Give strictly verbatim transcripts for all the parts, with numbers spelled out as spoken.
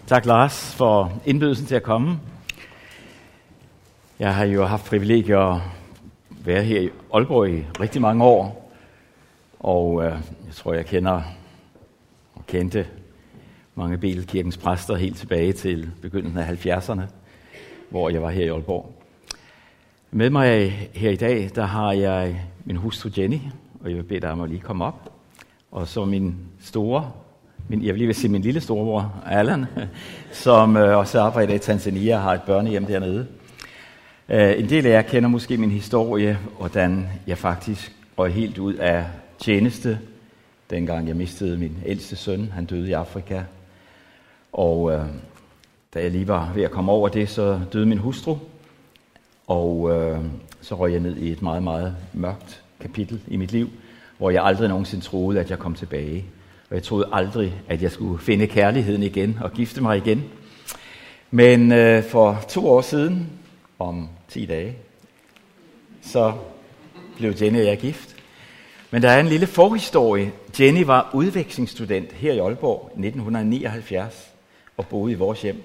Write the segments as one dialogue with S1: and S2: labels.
S1: Tak, Lars, for indbydelsen til at komme. Jeg har jo haft privilegiet at være her i Aalborg i rigtig mange år, og øh, jeg tror, jeg kender og kendte mange Betelkirkens præster helt tilbage til begyndelsen af halvfjerdserne, hvor jeg var her i Aalborg. Med mig her i dag, der har jeg min hustru Jenny, og jeg vil bede dig om at lige komme op. Og så min store, min, jeg vil lige vil sige min lille storebror, Allan, som øh, også arbejder i Tanzania og har et børnehjem dernede. Uh, en del af jer kender måske min historie, hvordan jeg faktisk røg helt ud af tjeneste, dengang jeg mistede min ældste søn. Han døde i Afrika. Og uh, da jeg lige var ved at komme over det, så døde min hustru. Og uh, så røg jeg ned i et meget, meget mørkt kapitel i mit liv, hvor jeg aldrig nogensinde troede, at jeg kom tilbage. Og jeg troede aldrig, at jeg skulle finde kærligheden igen og gifte mig igen. Men uh, for to år siden, om ti dage, så blev Jenny og jeg gift. Men der er en lille forhistorie. Jenny var udvekslingsstudent her i Aalborg i nitten nioghalvfjerds og boede i vores hjem.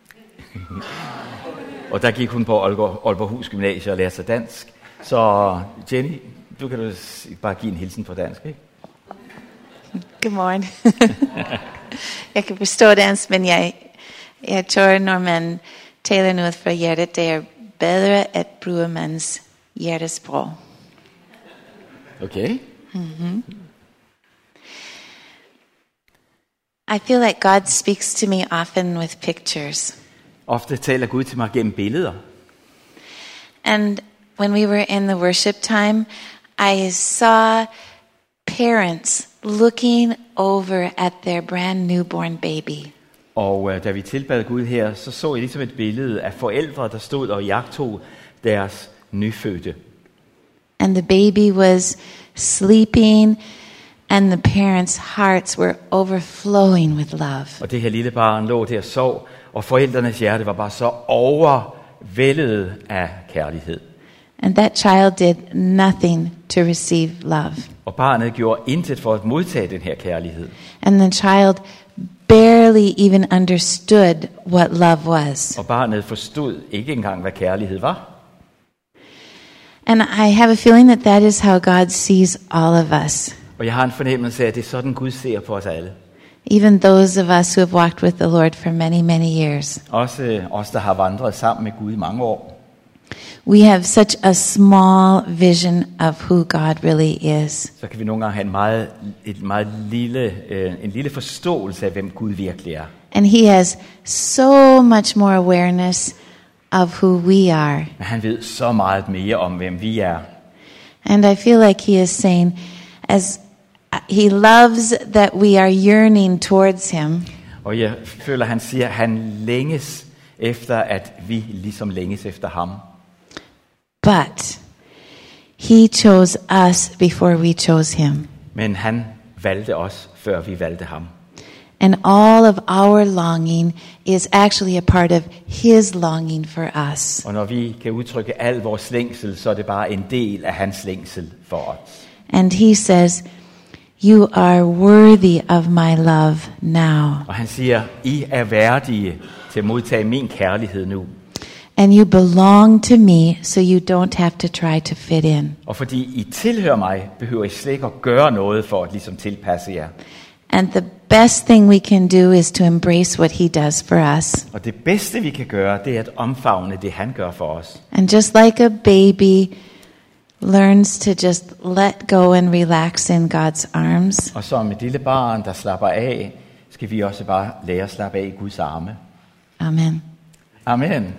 S1: Og der gik hun på Aalborg, Aalborghus Gymnasium og lærte sig dansk. Så Jenny, du kan du bare give en hilsen på dansk, ikke?
S2: Godmorgen. Jeg kan forstå dansk, men jeg, jeg tror, når man taler noget fra hjertet, det er bedre at bruge mands hjertesprog.
S1: Okay.
S2: Mm-hmm. I feel like God speaks to me often with pictures.
S1: Ofte taler Gud til mig gennem billeder.
S2: And when we were in the worship time, I saw parents looking over at their brand newborn baby.
S1: Og uh, da vi tilbad Gud her, så så jeg ligesom et billede af forældre, der stod og jagtog deres nyfødte.
S2: And the baby was sleeping, and the parents' hearts were overflowing with love.
S1: Og det her lille barn lå der og sov, og forældrenes hjerte var bare så overvældet af kærlighed.
S2: And that child did nothing to receive love.
S1: Og barnet gjorde intet for at modtage den her kærlighed.
S2: And the child barely even understood what love was.
S1: Og barnet forstod ikke engang, hvad kærlighed var.
S2: And I have a feeling that that is how God sees all of us.
S1: Og jeg har en fornemmelse af, at det er sådan, Gud ser på os alle.
S2: Even those of us who have walked with the Lord for many, many years.
S1: Også os, der har vandret sammen med Gud i mange år.
S2: We have such a small vision of who God really is.
S1: Så kan vi nogle gange have en meget, et meget lille, øh, en lille forståelse af, hvem Gud virkelig er.
S2: And he has so much more awareness of who we are.
S1: Men han ved så meget mere om, hvem vi er.
S2: And I feel like he is saying, as he loves that we are yearning towards him.
S1: Og jeg føler, han siger, at han længes efter, at vi ligesom længes efter ham.
S2: But he chose us before we chose him.
S1: Men han valgte os, før vi valgte ham.
S2: And all of our longing is actually a part of his longing for us.
S1: Og når vi kan udtrykke al vores længsel, så er det bare en del af hans længsel for os.
S2: And he says, you are worthy of my love now.
S1: Og han siger, I er værdige til at modtage min kærlighed nu.
S2: And you belong to me, so you don't have to try to fit in.
S1: Og fordi I tilhører mig, behøver I slet ikke at gøre noget for at ligesom tilpasse jer.
S2: And the best thing we can do is to embrace what he does for us.
S1: Og det bedste vi kan gøre, det er at omfavne det han gør for os.
S2: And just like a baby learns to just let go and relax in God's arms.
S1: Og som et lille barn, der slapper af, skal vi også bare lære at slappe af i Guds arme.
S2: Amen.
S1: Amen.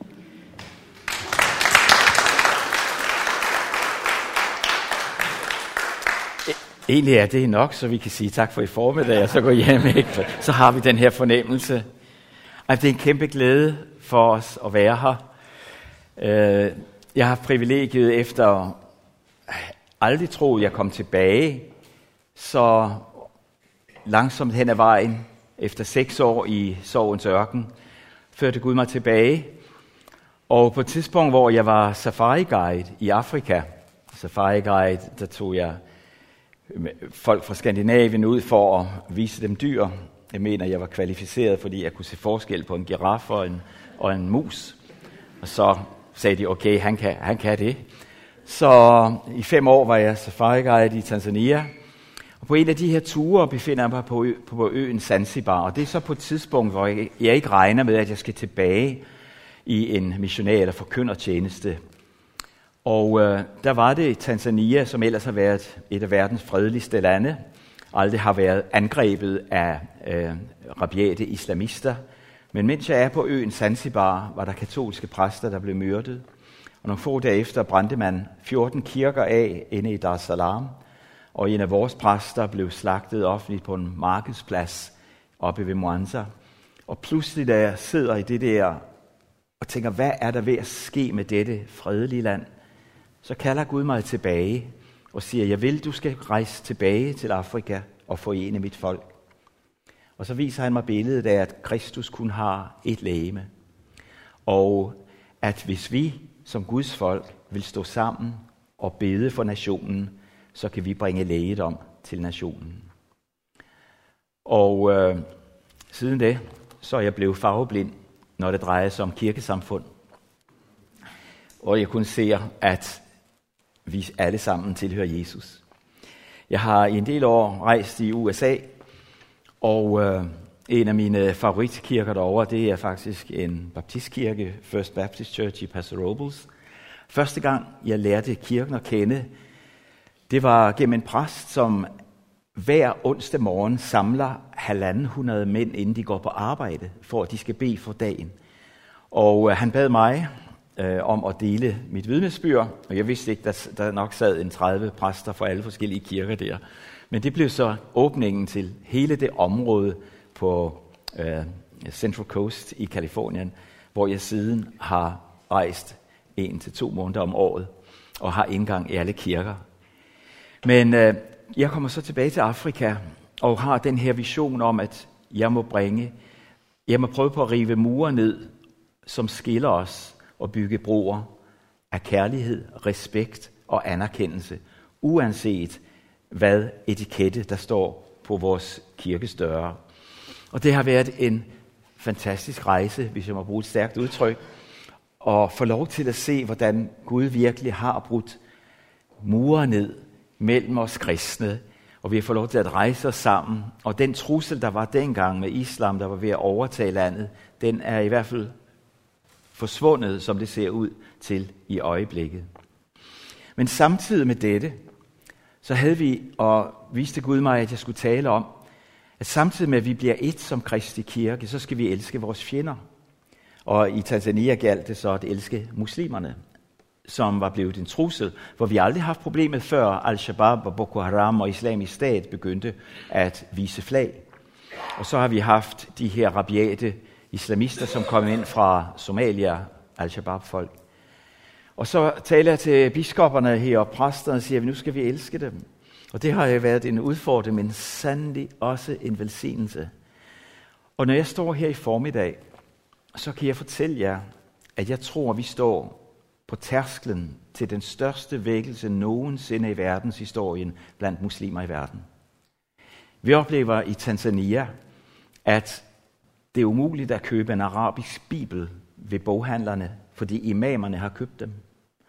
S1: Egentlig er det nok, så vi kan sige tak for i formiddag, og så gå hjem, ikke? Så har vi den her fornemmelse. Altså, det er en kæmpe glæde for os at være her. Jeg har privilegiet efter aldrig troet, jeg kom tilbage, så langsomt hen ad vejen, efter seks år i sorgens ørken, førte Gud mig tilbage. Og på et tidspunkt, hvor jeg var safari-guide i Afrika, safari-guide, der tog jeg folk fra Skandinavien ud for at vise dem dyr. jeg mener, jeg var kvalificeret, fordi jeg kunne se forskel på en giraf og en, og en mus. Og så sagde de, okay, han kan, han kan det. Så i fem år var jeg safari-guide i Tanzania. Og på en af de her ture befinder jeg mig på, ø, på øen Zanzibar. Og det er så på et tidspunkt, hvor jeg, jeg ikke regner med, at jeg skal tilbage i en missionær- eller forkyndertjeneste. Og øh, der var det Tanzania, som ellers har været et af verdens fredeligste lande, aldrig har været angrebet af øh, rabiate islamister. Men mens jeg er på øen Zanzibar, var der katolske præster, der blev myrdet. Og nogle få dage efter brændte man fjorten kirker af inde i Dar es Salaam. Og en af vores præster blev slagtet offentligt på en markedsplads oppe ved Mwanza. Og pludselig, da jeg sidder i det der og tænker, hvad er der ved at ske med dette fredelige land, så kalder Gud mig tilbage og siger, jeg vil, du skal rejse tilbage til Afrika og forene mit folk. Og så viser han mig billedet af, at Kristus kun har et legeme. Og at hvis vi som Guds folk vil stå sammen og bede for nationen, så kan vi bringe lægedom til nationen. Og øh, siden det, så er jeg blevet farveblind, når det drejer sig om kirkesamfund. Og jeg kun ser, at vi alle sammen tilhører Jesus. Jeg har i en del år rejst i U S A, og øh, en af mine favoritkirker derovre, det er faktisk en baptistkirke, First Baptist Church i Paso Robles. Første gang jeg lærte kirken at kende, det var gennem en præst, som hver onsdag morgen samler halvanden hundrede mænd, inden de går på arbejde, for at de skal bede for dagen. Og øh, han bad mig øh, om at dele mit vidnesbyrd, og jeg vidste ikke, at der, der nok sad en tredive præster fra alle forskellige kirker der. Men det blev så åbningen til hele det område på øh, Central Coast i Kalifornien, hvor jeg siden har rejst en til to måneder om året, og har indgang i alle kirker. Men øh, jeg kommer så tilbage til Afrika, og har den her vision om, at jeg må bringe, jeg må prøve på at rive mure ned, som skiller os, og bygge broer af kærlighed, respekt og anerkendelse, uanset hvad etikette, der står på vores kirkesdøre. Og det har været en fantastisk rejse, hvis jeg må bruge et stærkt udtryk, og få lov til at se, hvordan Gud virkelig har brudt mure ned mellem os kristne, og vi har fået lov til at rejse os sammen. Og den trussel, der var dengang med islam, der var ved at overtage landet, den er i hvert fald forsvundet, som det ser ud til i øjeblikket. Men samtidig med dette, så havde vi, og viste Gud mig, at jeg skulle tale om, at samtidig med, at vi bliver et som Kristi kirke, så skal vi elske vores fjender. Og i Tanzania galt det så at elske muslimerne, som var blevet en trussel, hvor vi aldrig har haft problemet før Al-Shabaab og Boko Haram og Islamisk Stat begyndte at vise flag. Og så har vi haft de her rabiate islamister, som kom ind fra Somalia, Al-Shabaab-folk. Og så taler jeg til biskopperne her og præsterne og siger, at nu skal vi elske dem. Og det har jo været en udfordring, men sandelig også en velsignelse. Og når jeg står her i formiddag, så kan jeg fortælle jer, at jeg tror, at vi står på tærsklen til den største vækkelse nogensinde i verdenshistorien blandt muslimer i verden. Vi oplever i Tanzania, at det er umuligt at købe en arabisk bibel ved boghandlerne, fordi imamerne har købt dem.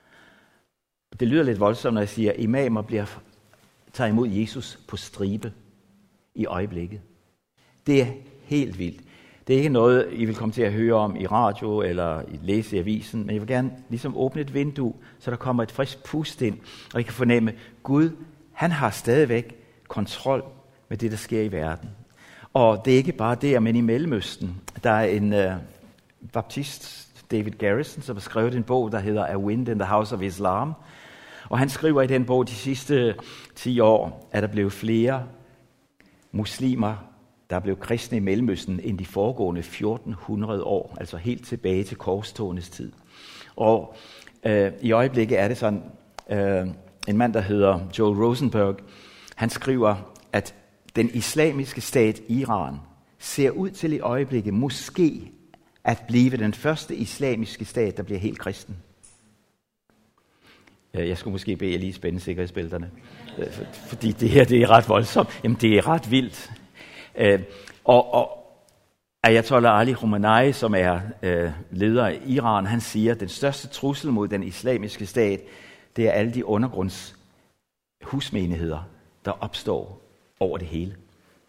S1: Det lyder lidt voldsomt, når jeg siger, at imamer bliver, tager imod Jesus på stribe i øjeblikket. Det er helt vildt. Det er ikke noget, I vil komme til at høre om i radio eller læse i avisen, men jeg vil gerne ligesom åbne et vindue, så der kommer et frisk pust ind, og I kan fornemme, Gud, han har stadigvæk kontrol med det, der sker i verden. Og det er ikke bare det, men i Mellemøsten, der er en uh, baptist, David Garrison, som har skrevet en bog, der hedder A Wind in the House of Islam. Og han skriver i den bog, de sidste ti år, at der blev flere muslimer, der blev kristne i Mellemøsten, end de foregående fjorten hundrede år, altså helt tilbage til korstogenes tid. Og øh, i øjeblikket er det sådan, øh, en mand, der hedder Joel Rosenberg, han skriver, at den islamiske stat Iran ser ud til i øjeblikket måske at blive den første islamiske stat, der bliver helt kristen. Jeg skulle måske bede jer lige spænde sikkerhedsbælterne, fordi det her det er ret voldsomt. Jamen, det er ret vildt. Og, og Ayatollah Ali Khamenei, som er øh, leder af Iran, han siger, at den største trussel mod den islamiske stat, det er alle de undergrunds husmenigheder, der opstår over det hele.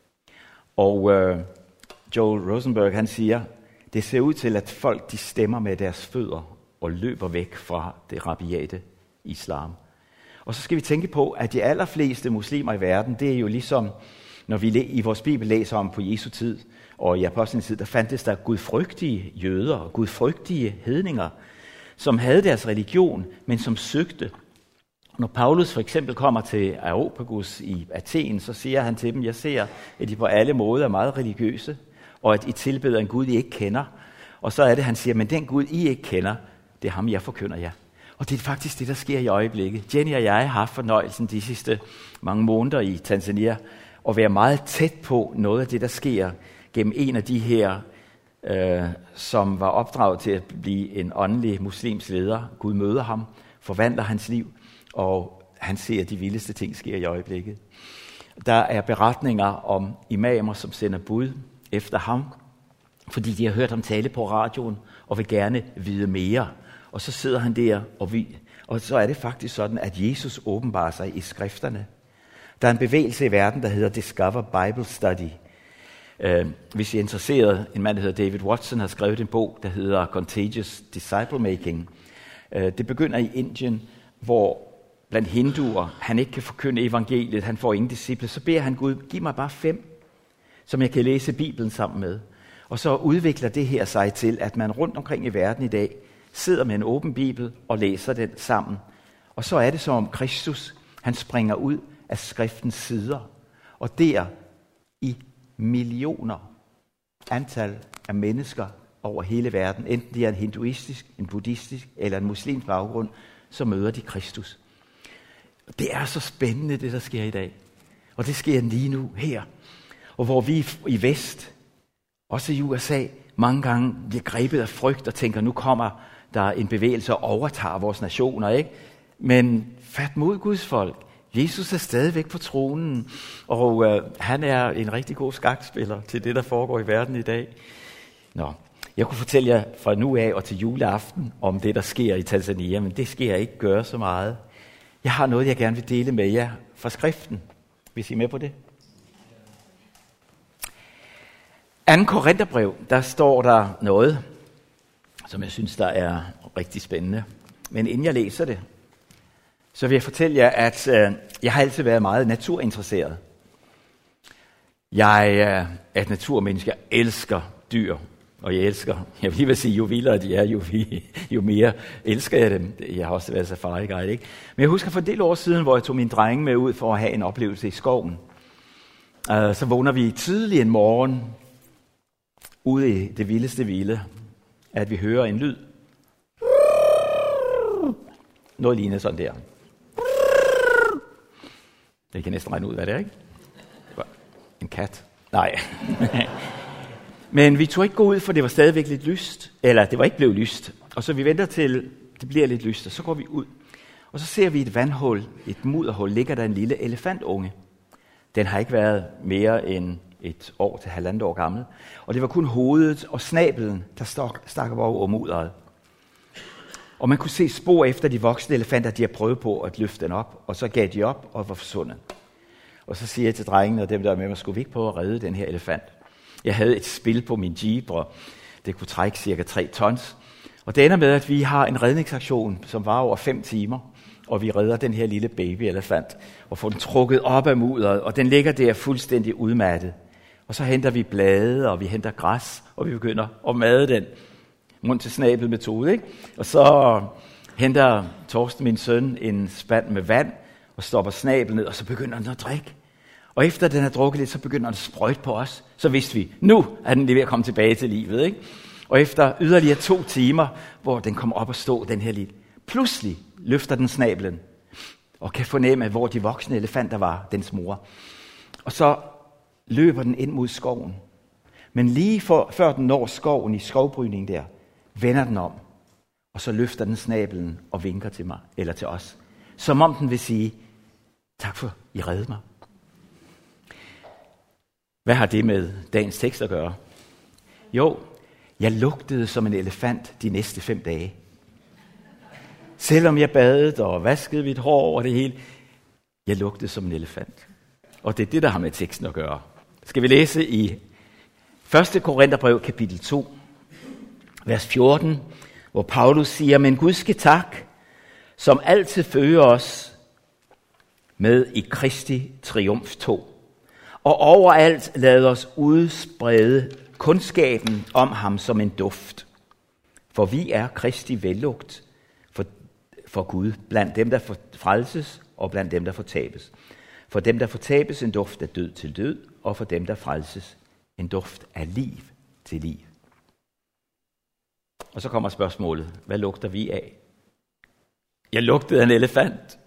S1: Og øh, Joel Rosenberg, han siger, det ser ud til, at folk de stemmer med deres fødder og løber væk fra det rabiate islam. Og så skal vi tænke på, at de allerfleste muslimer i verden, det er jo ligesom, når vi i vores bibel læser om på Jesu tid, og i apostlenes tid, der fandtes der gudfrygtige jøder og gudfrygtige hedninger, som havde deres religion, men som søgte. Når Paulus for eksempel kommer til Areopagus i Athen, så siger han til dem, jeg ser, at de på alle måder er meget religiøse, og at I tilbeder en Gud, I ikke kender. Og så er det, han siger, men den Gud, I ikke kender, det er ham, jeg forkynder jer. Og det er faktisk det, der sker i øjeblikket. Jenny og jeg har haft fornøjelsen de sidste mange måneder i Tanzania, at være meget tæt på noget af det, der sker gennem en af de her, øh, som var opdraget til at blive en åndelig muslims leder. Gud møder ham, forvandler hans liv, og han ser, at de vildeste ting sker i øjeblikket. Der er beretninger om imamer, som sender bud efter ham, fordi de har hørt ham tale på radioen, og vil gerne vide mere. Og så sidder han der, og, vi, og så er det faktisk sådan, at Jesus åbenbarer sig i skrifterne. Der er en bevægelse i verden, der hedder Discover Bible Study. Uh, hvis I er interesseret, en mand, der hedder David Watson, har skrevet en bog, der hedder Contagious Disciple Making. Uh, det begynder i Indien, hvor blandt hinduer, han ikke kan forkynde evangeliet, han får ingen disciple, så beder han Gud, giv mig bare fem, som jeg kan læse Bibelen sammen med. Og så udvikler det her sig til, at man rundt omkring i verden i dag, sidder med en åben bibel og læser den sammen. Og så er det som om Kristus, han springer ud af skriftens sider. Og der i millioner antal af mennesker over hele verden, enten de er en hinduistisk, en buddhistisk eller en muslimsk baggrund, så møder de Kristus. Det er så spændende, det der sker i dag. Og det sker lige nu her. Og hvor vi i Vest, også i U S A, mange gange bliver grebet af frygt og tænker, nu kommer der en bevægelse og overtager vores nationer, ikke? Men fat mod Guds folk. Jesus er stadigvæk på tronen, og øh, han er en rigtig god skakspiller til det, der foregår i verden i dag. Nå, jeg kunne fortælle jer fra nu af og til juleaften om det, der sker i Tanzania, men det skal jeg ikke gøre så meget. Jeg har noget, jeg gerne vil dele med jer fra skriften, hvis I er med på det. Anden Korintherbrev, der står der noget, som jeg synes, der er rigtig spændende. Men inden jeg læser det, så vil jeg fortælle jer, at øh, jeg har altid været meget naturinteresseret. Jeg øh, er et naturmenneske, jeg elsker dyr, og jeg elsker, jeg vil lige vil sige, jo vildere de er, jo, jo mere elsker jeg dem. Jeg har også været safari-guide, ikke? Men jeg husker for en del år siden, hvor jeg tog mine drenge med ud for at have en oplevelse i skoven. Uh, så vågner vi tidlig en morgen, ude i det vildeste vilde, at vi hører en lyd. Noget ligner sådan der. Det kan næsten regne ud, hvad det er, ikke? En kat. Nej. Men vi tog ikke gå ud, for det var stadigvæk lidt lyst. Eller det var ikke blevet lyst. Og så vi venter til, det bliver lidt lyst, og så går vi ud. Og så ser vi et vandhul, et mudderhul, ligger der en lille elefantunge. Den har ikke været mere end et år til halvandet år gammel. Og det var kun hovedet og snabelen, der stak, stak over mudderet. Og man kunne se spor efter de voksne elefanter, de har prøvet på at løfte den op. Og så gav de op og var forsvundet. Og så siger jeg til drengene og dem, der er med mig, skulle vi ikke prøve at redde den her elefant? Jeg havde et spil på min Jeep, og det kunne trække cirka tre tons. Og det ender med, at vi har en redningsaktion, som var over fem timer. Og vi redder den her lille babyelefant og får den trukket op af mudderet, og den ligger der fuldstændig udmattet. Og så henter vi blade, og vi henter græs, og vi begynder at made den. Mund til snabel metode, ikke? Og så henter Torsten, min søn, en spand med vand, og stopper snablen ned, og så begynder den at drikke. Og efter den har drukket lidt, så begynder den at sprøjte på os. Så vidste vi, nu er den lige ved at komme tilbage til livet, ikke? Og efter yderligere to timer, hvor den kommer op og stå, den her lille, pludselig løfter den snablen, og kan fornemme, hvor de voksne elefanter var, dens mor. Og så løber den ind mod skoven. Men lige for, før den når skoven i skovbrydning der, vender den om, og så løfter den snablen og vinker til mig, eller til os. Som om den vil sige, tak for, I reddede mig. Hvad har det med dagens tekst at gøre? Jo, jeg lugtede som en elefant de næste fem dage. Selvom jeg badede og vaskede mit hår over det hele, jeg lugtede som en elefant. Og det er det, der har med teksten at gøre. Skal vi læse i første Korintherbrev kapitel to, vers fjorten, hvor Paulus siger, men Gud ske tak, som altid fører os med i Kristi triumftog. Og overalt lader os udsprede kundskaben om ham som en duft. For vi er Kristi vellugt for, for Gud, blandt dem, der frelses, og blandt dem, der fortabes. For dem, der fortabes, en duft af død til død, og for dem, der frelses, en duft af liv til liv. Og så kommer spørgsmålet, hvad lugter vi af? Jeg lugtede af en elefant.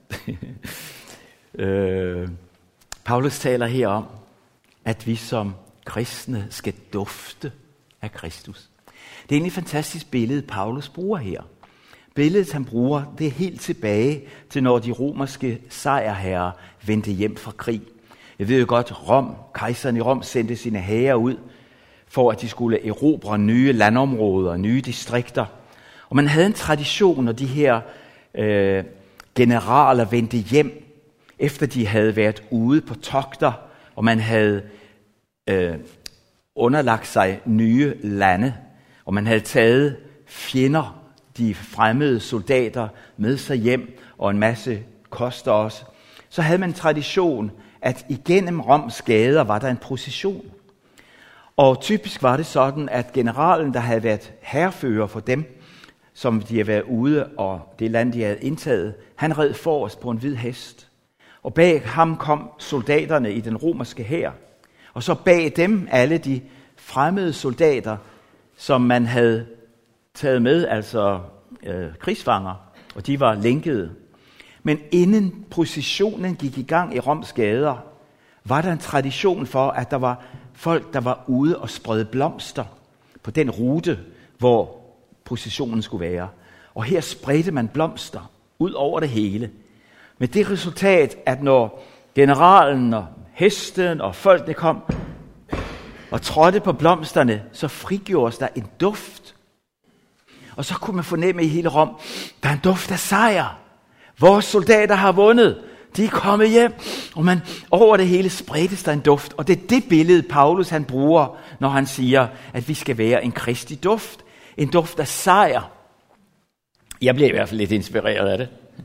S1: øh, Paulus taler her om, at vi som kristne skal dufte af Kristus. Det er egentlig et fantastisk billede, Paulus bruger her. Billedet, han bruger, det er helt tilbage til, når de romerske sejrherrer vendte hjem fra krig. Jeg ved jo godt, Rom, kejseren i Rom, sendte sine hære ud, for at de skulle erobre nye landområder, nye distrikter. Og man havde en tradition, når de her øh, generaler vendte hjem, efter de havde været ude på togter, og man havde øh, underlagt sig nye lande, og man havde taget fjender, de fremmede soldater, med sig hjem, og en masse koster også. Så havde man en tradition, at igennem Roms gader var der en procession. Og typisk var det sådan, at generalen, der havde været hærfører for dem, som de havde været ude, og det land, de havde indtaget, han red forrest på en hvid hest. Og bag ham kom soldaterne i den romerske hær. Og så bag dem alle de fremmede soldater, som man havde taget med, altså øh, krigsfanger, og de var lænkede. Men inden processionen gik i gang i Roms gader, var der en tradition for, at der var folk, der var ude og spredte blomster på den rute, hvor processionen skulle være. Og her spredte man blomster ud over det hele. Med det resultat, at når generalen og hesten og folkene kom og trådte på blomsterne, så frigjordes der en duft. Og så kunne man fornemme i hele Rom, der er en duft af sejr. Vores soldater har vundet. De er kommet hjem. Og man, over det hele spredtes der en duft. Og det er det billede, Paulus han bruger, når han siger, at vi skal være en kristig duft. En duft af sejr. Jeg bliver i hvert fald lidt inspireret af det.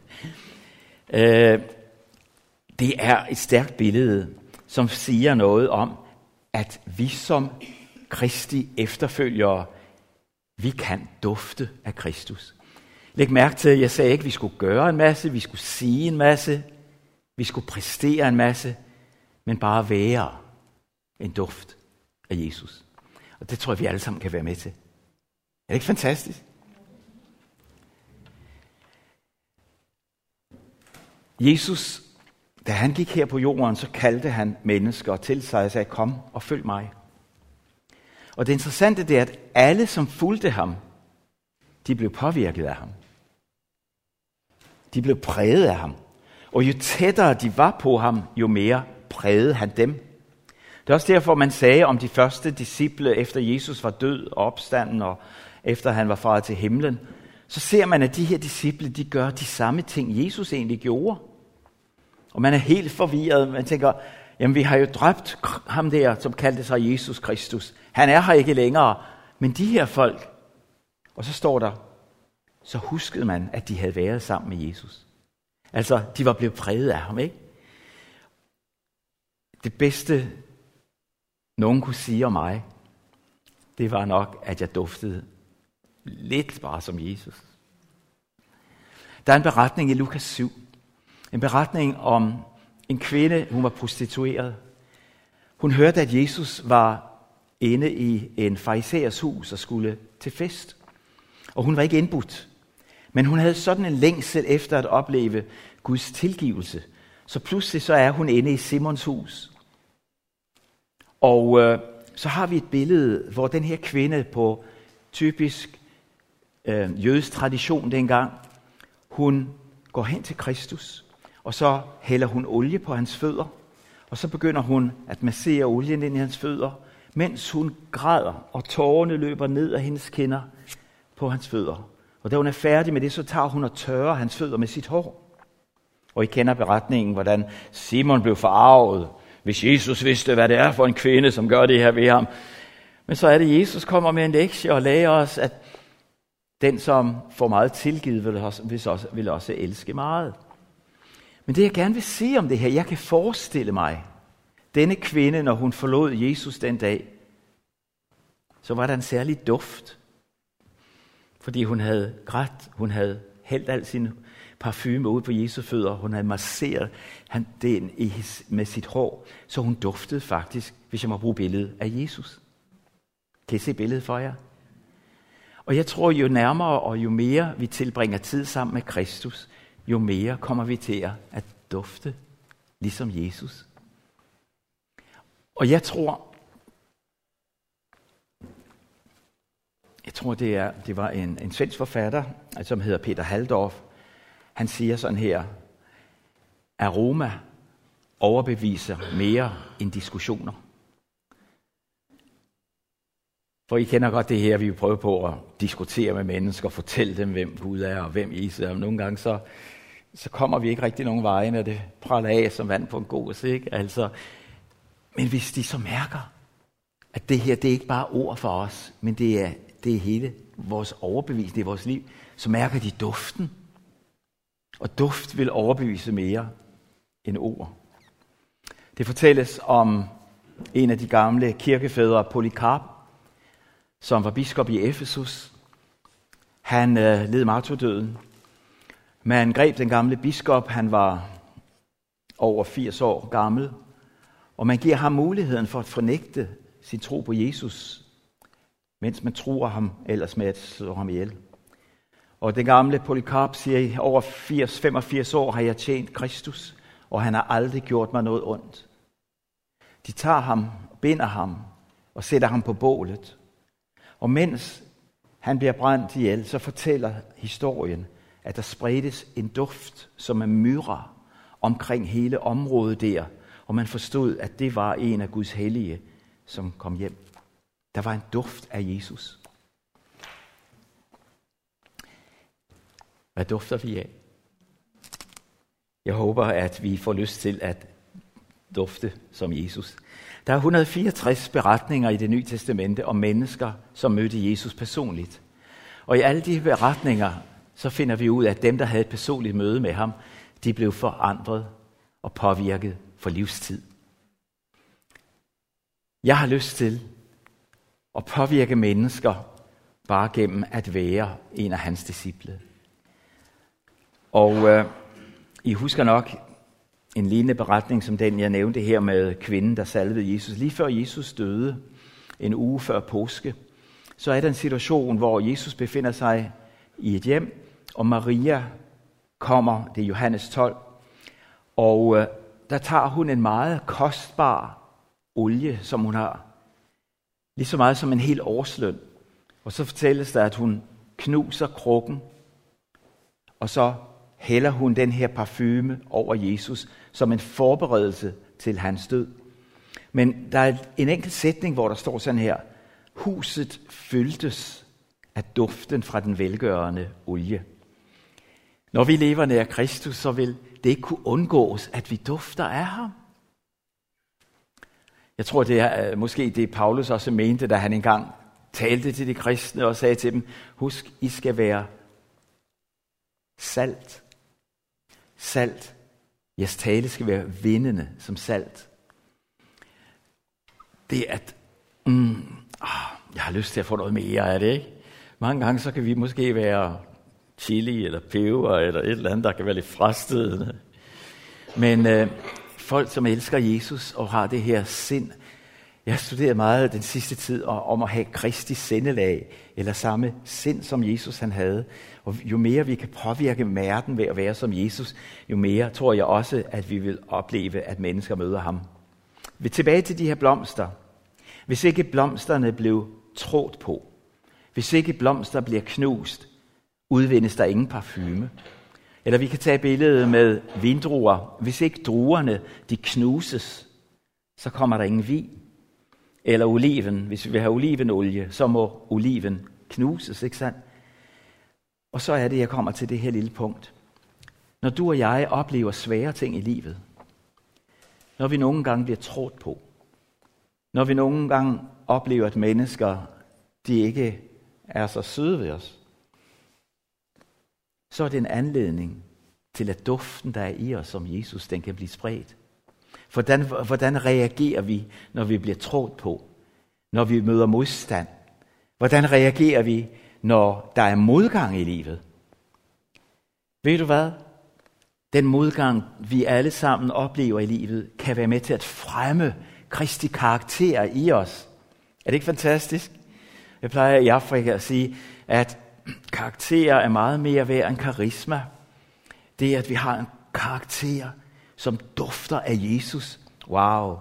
S1: Det er et stærkt billede, som siger noget om, at vi som Kristi efterfølgere, vi kan dufte af Kristus. Læg mærke til, at jeg sagde ikke, at vi skulle gøre en masse, vi skulle sige en masse, vi skulle præstere en masse, men bare være en duft af Jesus. Og det tror jeg, vi alle sammen kan være med til. Er det ikke fantastisk? Jesus, da han gik her på jorden, så kaldte han mennesker til sig og sagde, kom og følg mig. Og det interessante det er, at alle, som fulgte ham, de blev påvirket af ham. De blev præget af ham. Og jo tættere de var på ham, jo mere prægede han dem. Det er også derfor, man sagde om de første disciple, efter Jesus var død og opstanden, og efter han var faret til himlen, så ser man, at de her disciple, de gør de samme ting, Jesus egentlig gjorde. Og man er helt forvirret. Man tænker, jamen vi har jo dræbt ham der, som kaldte sig Jesus Kristus. Han er her ikke længere. Men de her folk, og så står der, så huskede man, at de havde været sammen med Jesus. Altså, de var blevet præget af ham, ikke? Det bedste, nogen kunne sige om mig, det var nok, at jeg duftede lidt bare som Jesus. Der er en beretning i Lukas syv. En beretning om en kvinde, hun var prostitueret. Hun hørte, at Jesus var inde i en farisæers hus og skulle til fest. Og hun var ikke indbudt. Men hun havde sådan en længsel efter at opleve Guds tilgivelse. Så pludselig så er hun inde i Simons hus. Og øh, så har vi et billede, hvor den her kvinde på typisk øh, jødisk tradition dengang, hun går hen til Kristus, og så hælder hun olie på hans fødder, Og så begynder hun at massere olien ind i hans fødder, mens hun græder, og tårerne løber ned af hendes kinder på hans fødder. Og da hun er færdig med det, så tager hun og tørrer hans fødder med sit hår. Og I kender beretningen, hvordan Simon blev forarvet, hvis Jesus vidste, hvad det er for en kvinde, som gør det her ved ham. Men så er det, Jesus kommer med en lektie og lærer os, at den, som får meget tilgivet, vil også, vil også elske meget. Men det, jeg gerne vil sige om det her, jeg kan forestille mig, denne kvinde, når hun forlod Jesus den dag, så var der en særlig duft. Fordi hun havde grædt, hun havde hældt al sin parfume ud på Jesu fødder, hun havde masseret han den med sit hår, så hun duftede faktisk, hvis jeg må bruge billedet, af Jesus. Kan I se billedet for jer? Og jeg tror, jo nærmere og jo mere vi tilbringer tid sammen med Kristus, jo mere kommer vi til at dufte, ligesom Jesus. Og jeg tror, jeg tror det, er, det var en, en svensk forfatter, som hedder Peter Halldorf. Han siger sådan her: aroma overbeviser mere end diskussioner. For I kender godt det her, vi vil prøve på at diskutere med mennesker, fortælle dem, hvem Gud er og hvem Jesus er. Og nogle gange så, så kommer vi ikke rigtig nogen veje, når det praller af som vand på en gås, ikke? Altså, men hvis de så mærker, at det her, det er ikke bare ord for os, men det er, det er hele vores overbevisning, det er vores liv, så mærker de duften. Og duft vil overbevise mere end ord. Det fortælles om en af de gamle kirkefædre, Polycarp, som var biskop i Efesus. Han øh, led martyrdøden. Man greb den gamle biskop, han var over firs år gammel, og man giver ham muligheden for at fornægte sin tro på Jesus, mens man truer ham ellers med at slå ham ihjel. Og den gamle Polycarp siger, i over firs, femogfirs år har jeg tjent Kristus, og han har aldrig gjort mig noget ondt. De tager ham, binder ham og sætter ham på bålet. Og mens han bliver brændt ihjel, så fortæller historien, at der spredtes en duft som en myra omkring hele området der, og man forstod, at det var en af Guds hellige, som kom hjem. Der var en duft af Jesus. Hvad dufter vi af? Jeg håber, at vi får lyst til at dufte som Jesus. Der er et hundrede og fireogtres beretninger i Det Nye Testamente om mennesker, som mødte Jesus personligt. Og i alle de beretninger, så finder vi ud af, at dem, der havde et personligt møde med ham, de blev forandret og påvirket for livstid. Jeg har lyst til at påvirke mennesker bare gennem at være en af hans disciple. Og øh, I husker nok en lignende beretning som den, jeg nævnte her med kvinden, der salvede Jesus. Lige før Jesus døde, en uge før påske, så er der en situation, hvor Jesus befinder sig i et hjem, og Maria kommer, det er Johannes tolv, og øh, der tager hun en meget kostbar olie, som hun har, lige så meget som en hel årsløn. Og så fortælles der, at hun knuser krukken, og så hælder hun den her parfume over Jesus som en forberedelse til hans død. Men der er en enkelt sætning, hvor der står sådan her: huset fyldtes af duften fra den velgørende olie. Når vi lever nær Kristus, så vil det ikke kunne undgås, at vi dufter af ham. Jeg tror, det er måske det Paulus også mente, da han engang talte til de kristne og sagde til dem: husk, I skal være salt. Salt. Jeres tale skal være vindende som salt. Det er at, mm, ah, jeg har lyst til at få noget mere af det, ikke? Mange gange så kan vi måske være chili eller peber eller et eller andet, der kan være lidt frastødende. Men øh, folk, som elsker Jesus og har det her sind, jeg har studeret meget den sidste tid om at have Kristi sindelag, eller samme sind, som Jesus han havde. Og jo mere vi kan påvirke verden ved at være som Jesus, jo mere tror jeg også, at vi vil opleve, at mennesker møder ham. Vi tilbage til de her blomster. Hvis ikke blomsterne blev trådt på, hvis ikke blomster bliver knust, udvindes der ingen parfume. Eller vi kan tage billedet med vindruer. Hvis ikke druerne de knuses, så kommer der ingen vin. Eller oliven, hvis vi vil have olivenolie, så må oliven knuses, ikke sandt? Og så er det, jeg kommer til det her lille punkt. Når du og jeg oplever svære ting i livet, når vi nogle gange bliver trådt på, når vi nogle gange oplever, at mennesker, de ikke er så søde ved os, så er det en anledning til, at duften, der er i os som Jesus, den kan blive spredt. Hvordan, hvordan reagerer vi, når vi bliver trådt på, når vi møder modstand? Hvordan reagerer vi, når der er modgang i livet? Ved du hvad? Den modgang, vi alle sammen oplever i livet, kan være med til at fremme Kristi karakter i os. Er det ikke fantastisk? Jeg plejer i Afrika at sige, at karakter er meget mere værd end karisma. Det er, at vi har en karakter, som dufter af Jesus. Wow.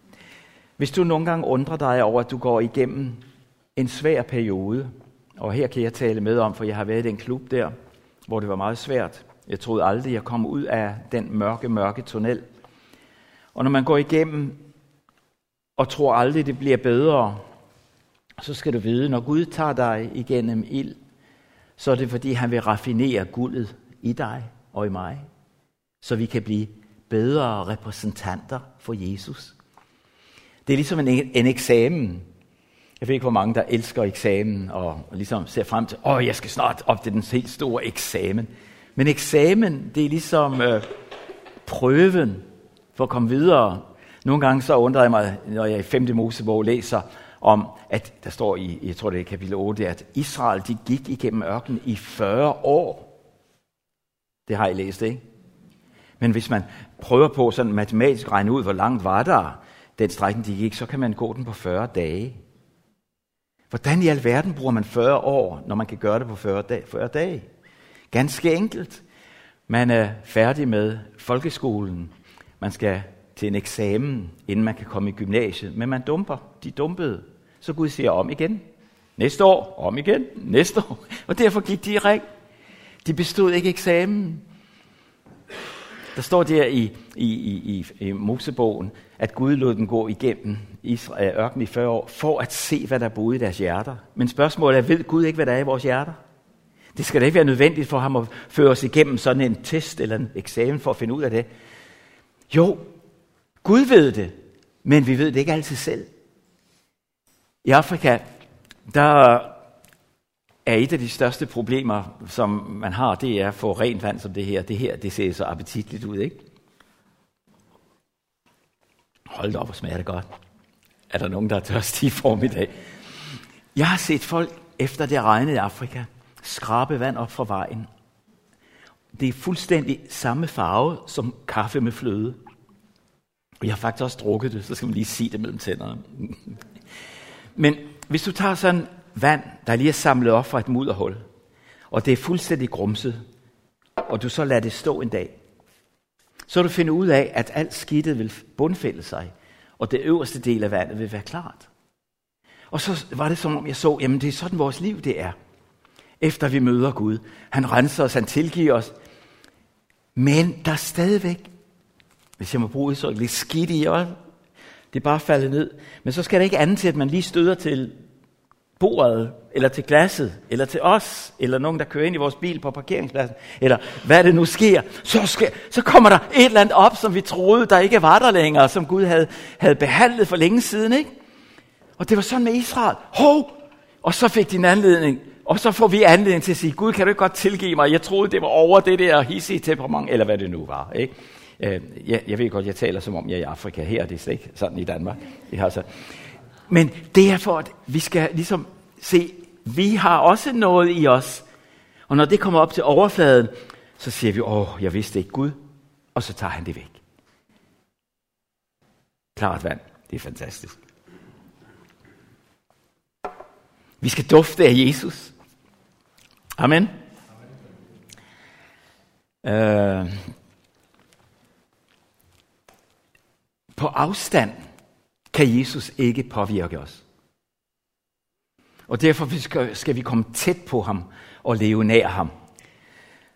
S1: Hvis du nogle gange undrer dig over, at du går igennem en svær periode, og her kan jeg tale med om, for jeg har været i en klub der, hvor det var meget svært. Jeg troede aldrig, jeg kom ud af den mørke, mørke tunnel. Og når man går igennem og tror aldrig, det bliver bedre, så skal du vide, når Gud tager dig igennem ild, så er det fordi, han vil raffinere guldet i dig og i mig, så vi kan blive bedre repræsentanter for Jesus. Det er ligesom en, en eksamen. Jeg ved ikke, hvor mange, der elsker eksamen og ligesom ser frem til, åh, jeg skal snart op til den helt store eksamen. Men eksamen, det er ligesom øh, prøven for at komme videre. Nogle gange så undrer jeg mig, når jeg i femte Mosebog læser om, at der står i, jeg tror det er kapitel otte, at Israel, de gik igennem ørkenen i fyrre år. Det har I læst, ikke? Men hvis man prøver på sådan matematisk at regne ud, hvor langt var der den strækning, de gik, så kan man gå den på fyrre dage. Hvordan i alverden bruger man fyrre år, når man kan gøre det på fyrre dage? fyrre dage? Ganske enkelt. Man er færdig med folkeskolen. Man skal til en eksamen, inden man kan komme i gymnasiet. Men man dumper. De dumpede. Så Gud siger om igen. Næste år. Om igen. Næste år. Og derfor gik de i ring. De bestod ikke eksamen. Der står der i, i, i, i, i Mosebogen, at Gud lod dem gå igennem Israel, ørkenen i fyrre år, for at se, hvad der boede i deres hjerter. Men spørgsmålet er, ved Gud ikke, hvad der er i vores hjerter? Det skal da ikke være nødvendigt for ham at føre os igennem sådan en test eller en eksamen for at finde ud af det. Jo, Gud ved det, men vi ved det ikke altid selv. I Afrika, der er et af de største problemer, som man har, det er at få rent vand som det her. Det her, det ser så appetitligt ud, ikke? Hold da op, hvor smager det godt. Er der nogen, der er tørstige i formiddag? Jeg har set folk, efter det regnede i Afrika, skrabe vand op fra vejen. Det er fuldstændig samme farve som kaffe med fløde. Og jeg har faktisk også drukket det, så skal man lige sige det mellem tænderne. Men hvis du tager sådan vand, der lige er samlet op fra et mudderhul, og det er fuldstændig grumset, og du så lader det stå en dag, så vil du finde ud af, at alt skidtet vil bundfælde sig, og det øverste del af vandet vil være klart. Og så var det som om jeg så, jamen det er sådan vores liv det er. Efter vi møder Gud. Han renser os, han tilgiver os. Men der er stadigvæk, hvis jeg må bruge så lidt skidt i os, det er bare faldet ned. Men så skal der ikke andet til, at man lige støder til bordet, eller til glasset, eller til os, eller nogen, der kører ind i vores bil på parkeringspladsen, eller hvad det nu sker. Så, skal, så kommer der et eller andet op, som vi troede, der ikke var der længere, som Gud havde, havde behandlet for længe siden, ikke? Og det var sådan med Israel. Hov! Og så fik de en anledning. Og så får vi anledning til at sige, Gud, kan du ikke godt tilgive mig? Jeg troede, det var over det der hissige temperament, eller hvad det nu var, ikke? Jeg, jeg ved godt, jeg taler som om jeg er i Afrika. Her det er slet ikke sådan i Danmark. Det har så. Men det er for, at vi skal ligesom se, vi har også noget i os. Og når det kommer op til overfladen, så siger vi, åh, jeg vidste ikke Gud. Og så tager han det væk. Klart vand. Det er fantastisk. Vi skal dufte af Jesus. Amen. Amen. Øh, på afstand kan Jesus ikke påvirke os. Og derfor skal, skal vi komme tæt på ham og leve nær ham.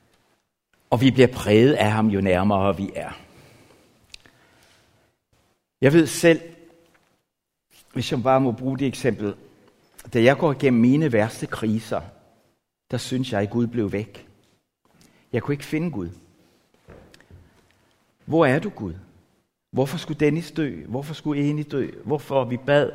S1: Og vi bliver præget af ham, jo nærmere vi er. Jeg ved selv, hvis jeg bare må bruge det eksempel, da jeg går igennem mine værste kriser, der synes jeg, at Gud blev væk. Jeg kunne ikke finde Gud. Hvor er du, Gud? Hvorfor skulle Dennis dø? Hvorfor skulle Eni dø? Hvorfor vi bad?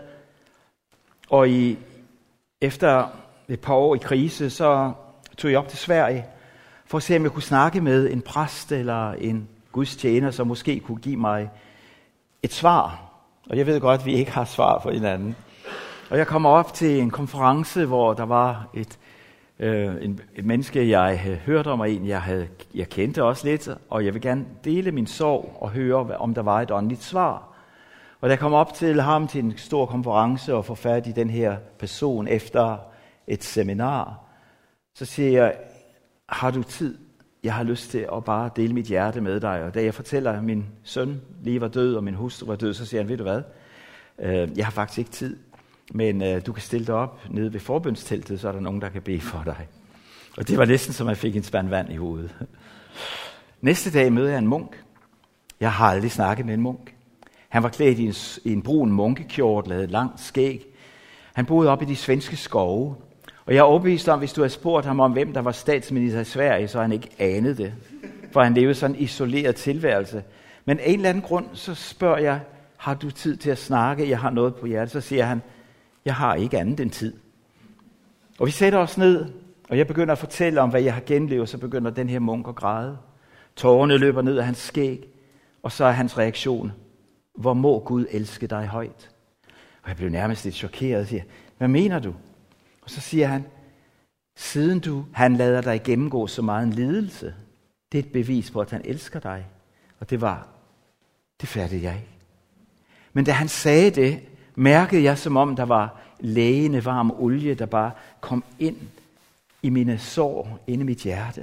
S1: Og i, efter et par år i krise, så tog jeg op til Sverige, for at se, om jeg kunne snakke med en præst eller en Guds tjener, som måske kunne give mig et svar. Og jeg ved godt, at vi ikke har svar for hinanden. Og jeg kommer op til en konference, hvor der var et, øh, en, et menneske, jeg havde hørt om, og en, jeg, havde, jeg kendte også lidt, og jeg vil gerne dele min sorg og høre, om der var et åndeligt svar. Og da jeg kom op til ham til en stor konference og får fat i den her person efter et seminar, så siger jeg, har du tid? Jeg har lyst til at bare dele mit hjerte med dig. Og da jeg fortæller, at min søn lige var død, og min hustru var død, så siger han, ved du hvad? Jeg har faktisk ikke tid, men du kan stille dig op nede ved forbønsteltet, så er der nogen, der kan bede for dig. Og det var næsten som, at jeg fik en spand vand i hovedet. Næste dag møder jeg en munk. Jeg har aldrig snakket med en munk. Han var klædt i en, i en brun munkekjortel, havde et langt skæg. Han boede op i de svenske skove. Og jeg er overbevist om, hvis du havde spurgt ham om, hvem der var statsminister i Sverige, så han ikke anede det. For han levede sådan en isoleret tilværelse. Men af en eller anden grund, så spørger jeg, har du tid til at snakke? Jeg har noget på hjertet. Så siger han, jeg har ikke andet end tid. Og vi sætter os ned, og jeg begynder at fortælle om, hvad jeg har genlevet, så begynder den her munk at græde. Tårerne løber ned af hans skæg, og så er hans reaktion, hvor må Gud elske dig højt? Og jeg blev nærmest lidt chokeret og siger, hvad mener du? Og så siger han, siden du, han lader dig gennemgå så meget en lidelse, det er et bevis på, at han elsker dig. Og det var, det fattede jeg ikke. Men da han sagde det, mærkede jeg, som om der var lægende varm olie, der bare kom ind i mine sår, ind i mit hjerte.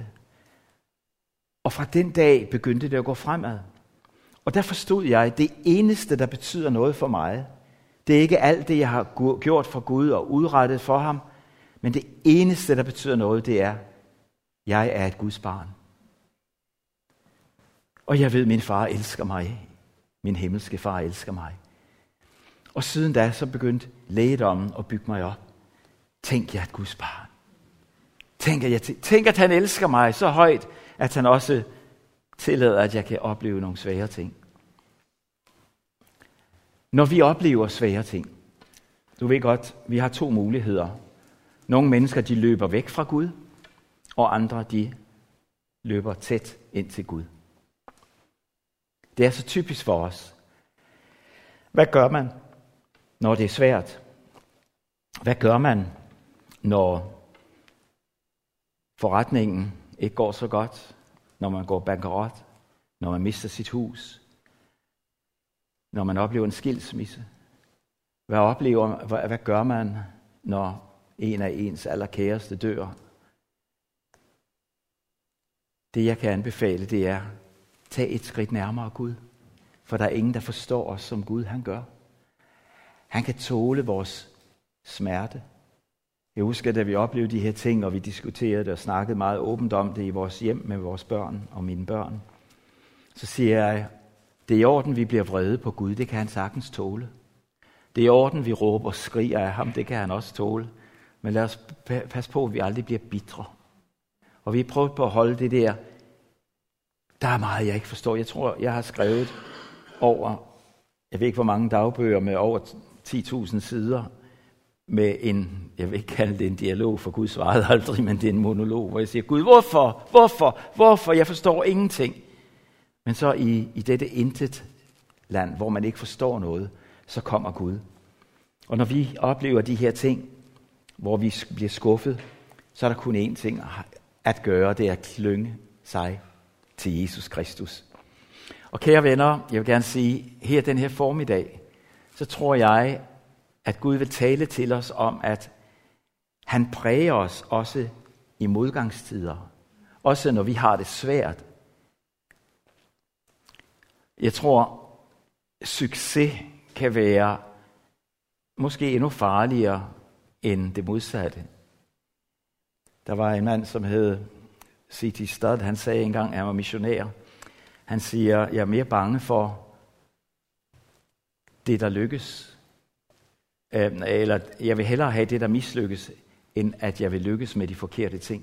S1: Og fra den dag begyndte det at gå fremad. Og der forstod jeg, at det eneste, der betyder noget for mig, det er ikke alt det, jeg har gjort for Gud og udrettet for ham, men det eneste, der betyder noget, det er, jeg er et Guds barn. Og jeg ved, at min far elsker mig. Min himmelske far elsker mig. Og siden da, så begyndte lægedommen at bygge mig op. Tænk, jeg er et Guds barn. Tænk, at, jeg t- tænk, at han elsker mig så højt, at han også tillader, at jeg kan opleve nogle svære ting. Når vi oplever svære ting, du ved godt, vi har to muligheder. Nogle mennesker, de løber væk fra Gud, og andre, de løber tæt ind til Gud. Det er så typisk for os. Hvad gør man, når det er svært? Hvad gør man, når forretningen ikke går så godt? Når man går bankerot? Når man mister sit hus? Når man oplever en skilsmisse? Hvad, oplever, hvad, hvad gør man, når en af ens allerkæreste dør? Det jeg kan anbefale, det er, tag et skridt nærmere Gud. For der er ingen, der forstår os, som Gud han gør. Han kan tåle vores smerte. Jeg husker, da vi oplevede de her ting, og vi diskuterede det og snakkede meget åbent om det i vores hjem med vores børn og mine børn. Så siger jeg, det er i orden, vi bliver vrede på Gud, det kan han sagtens tåle. Det er i orden, vi råber og skriger af ham, det kan han også tåle. Men lad os passe på, at vi aldrig bliver bitre. Og vi har prøvet på at holde det der, der er meget, jeg ikke forstår. Jeg tror, jeg har skrevet over, jeg ved ikke, hvor mange dagbøger med over ti tusind sider, med en, jeg vil ikke kalde det en dialog, for Gud svarede aldrig, men det er en monolog, hvor jeg siger, Gud, hvorfor, hvorfor, hvorfor, jeg forstår ingenting. Men så i, i dette intet land, hvor man ikke forstår noget, så kommer Gud. Og når vi oplever de her ting, hvor vi bliver skuffet, så er der kun én ting at gøre, det er at klynge sig til Jesus Kristus. Og kære venner, jeg vil gerne sige, her den her formiddag, så tror jeg, at Gud vil tale til os om, at han præger os også i modgangstider. Også når vi har det svært. Jeg tror, succes kan være måske endnu farligere end det modsatte. Der var en mand, som hed C T Studd. Han sagde engang, at han var missionær. Han siger, jeg er mere bange for det, der lykkes. Eller jeg vil hellere have det, der mislykkes, end at jeg vil lykkes med de forkerte ting.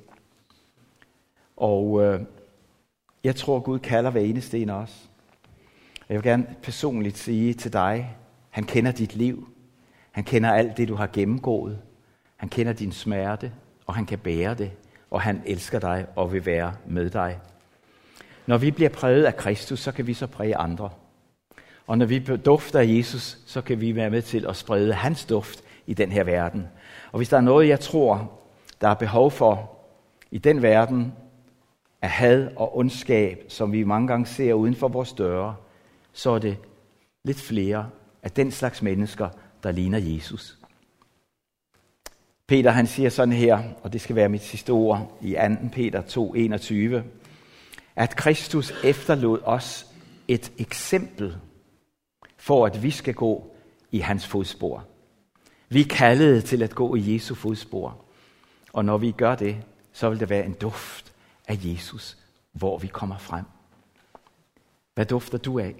S1: Og øh, jeg tror, Gud kalder hver eneste en af os. Jeg vil gerne personligt sige til dig, han kender dit liv. Han kender alt det, du har gennemgået. Han kender din smerte, og han kan bære det. Og han elsker dig og vil være med dig. Når vi bliver præget af Kristus, så kan vi så præge andre. Og når vi dufter af Jesus, så kan vi være med til at sprede hans duft i den her verden. Og hvis der er noget, jeg tror, der er behov for i den verden af had og ondskab, som vi mange gange ser uden for vores døre, så er det lidt flere af den slags mennesker, der ligner Jesus. Peter han siger sådan her, og det skal være mit sidste ord, i anden Peter to enogtyve, at Kristus efterlod os et eksempel, for at vi skal gå i hans fodspor. Vi er kaldet til at gå i Jesu fodspor, og når vi gør det, så vil det være en duft af Jesus, hvor vi kommer frem. Hvad dufter du af?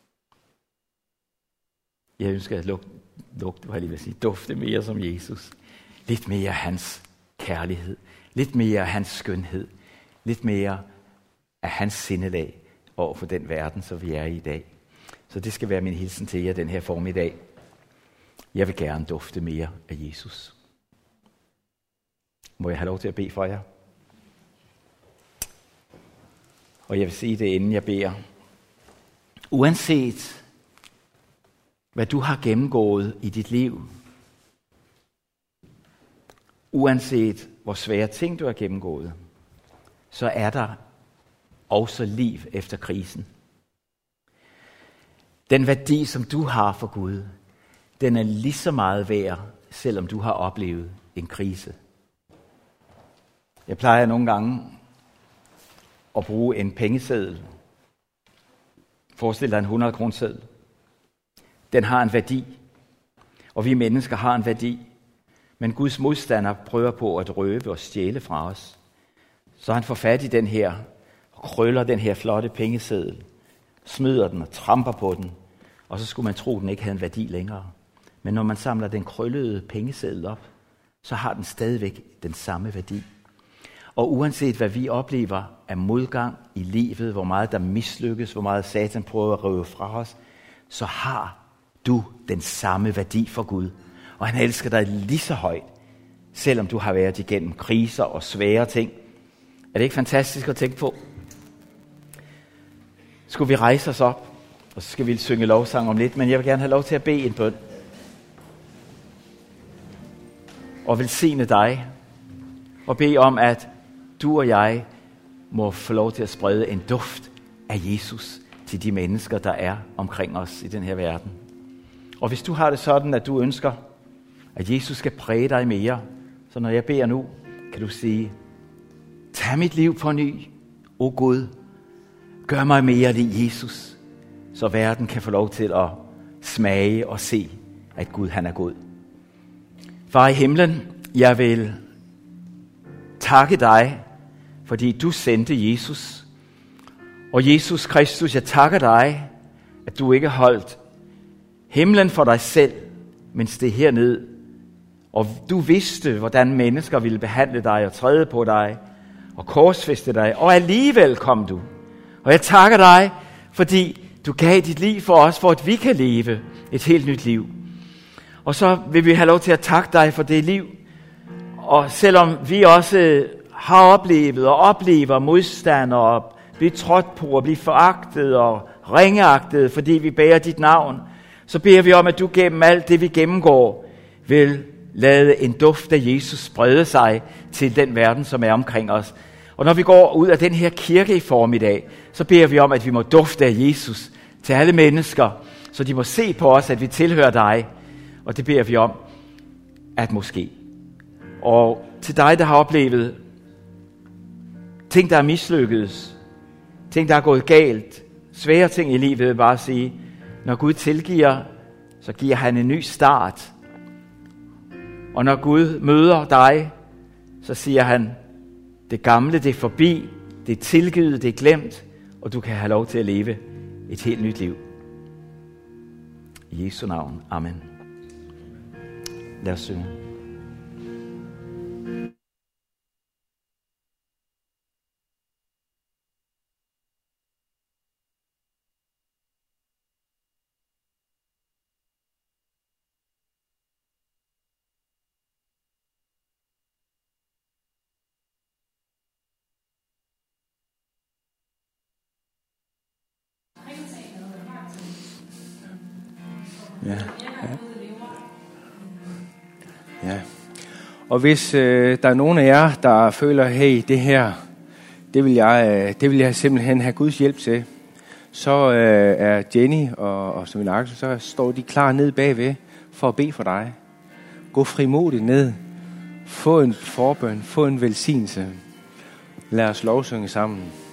S1: Jeg ønsker at lugte, lugte, hvad jeg vil sige, dufte mere som Jesus. Lidt mere af hans kærlighed, lidt mere af hans skønhed, lidt mere af hans sindelag over for den verden, som vi er i i dag. Så det skal være min hilsen til jer den her formiddag. Jeg vil gerne dufte mere af Jesus. Må jeg have lov til at bede for jer? Og jeg vil sige det, inden jeg beder. Uanset hvad du har gennemgået i dit liv, uanset hvor svære ting du har gennemgået, så er der også liv efter krisen. Den værdi, som du har for Gud, den er lige så meget værd, selvom du har oplevet en krise. Jeg plejer nogle gange at bruge en pengeseddel. Forestil dig en hundrede kroner seddel. Den har en værdi, og vi mennesker har en værdi. Men Guds modstander prøver på at røve og stjæle fra os. Så han får fat i den her, og krøller den her flotte pengeseddel, smider den og tramper på den, og så skulle man tro, at den ikke havde en værdi længere. Men når man samler den krøllede pengeseddel op, så har den stadigvæk den samme værdi. Og uanset hvad vi oplever af modgang i livet, hvor meget der mislykkes, hvor meget Satan prøver at røve fra os, så har du den samme værdi for Gud. Og han elsker dig lige så højt, selvom du har været igennem kriser og svære ting. Er det ikke fantastisk at tænke på? Skulle vi rejse os op, og så skal vi synge lovsang om lidt, men jeg vil gerne have lov til at bede en bøn. Og velsigne dig, og bede om, at du og jeg må få lov til at sprede en duft af Jesus til de mennesker, der er omkring os i den her verden. Og hvis du har det sådan, at du ønsker, at Jesus skal præge dig mere, så når jeg beder nu, kan du sige, tag mit liv på ny, o Gud, gør mig mere lig Jesus, så verden kan få lov til at smage og se, at Gud han er god. Far i himlen, jeg vil takke dig, fordi du sendte Jesus. Og Jesus Kristus, jeg takker dig, at du ikke holdt himlen for dig selv, men steg herned. Og du vidste, hvordan mennesker ville behandle dig og træde på dig og korsfæste dig. Og alligevel kom du. Og jeg takker dig, fordi du gav dit liv for os, for at vi kan leve et helt nyt liv. Og så vil vi have lov til at takke dig for det liv. Og selvom vi også har oplevet og oplever modstand og blive trådt på og blive foragtet og ringeagtet, fordi vi bærer dit navn, så beder vi om, at du gennem alt det, vi gennemgår, vil lade en duft af Jesus sprede sig til den verden, som er omkring os. Og når vi går ud af den her kirke i formiddag, så beder vi om, at vi må dufte af Jesus til alle mennesker, så de må se på os, at vi tilhører dig. Og det beder vi om, at måske. Og til dig, der har oplevet ting, der er mislykkedes, ting, der er gået galt, svære ting i livet, vil jeg bare sige, når Gud tilgiver, så giver han en ny start. Og når Gud møder dig, så siger han, det gamle, det er forbi, det er tilgivet, det er glemt, og du kan have lov til at leve et helt nyt liv. I Jesu navn. Amen. Lad os synge.
S3: Ja, ja. Ja. Og hvis øh, der er nogen af jer, der føler, hey, det her, det vil jeg, øh, det vil jeg simpelthen have Guds hjælp til, så øh, er Jenny og, og Søren Axel, så står de klar ned bagved for at bede for dig. Gå frimodigt ned. Få en forbøn. Få en velsignelse. Lad os lovsynge sammen.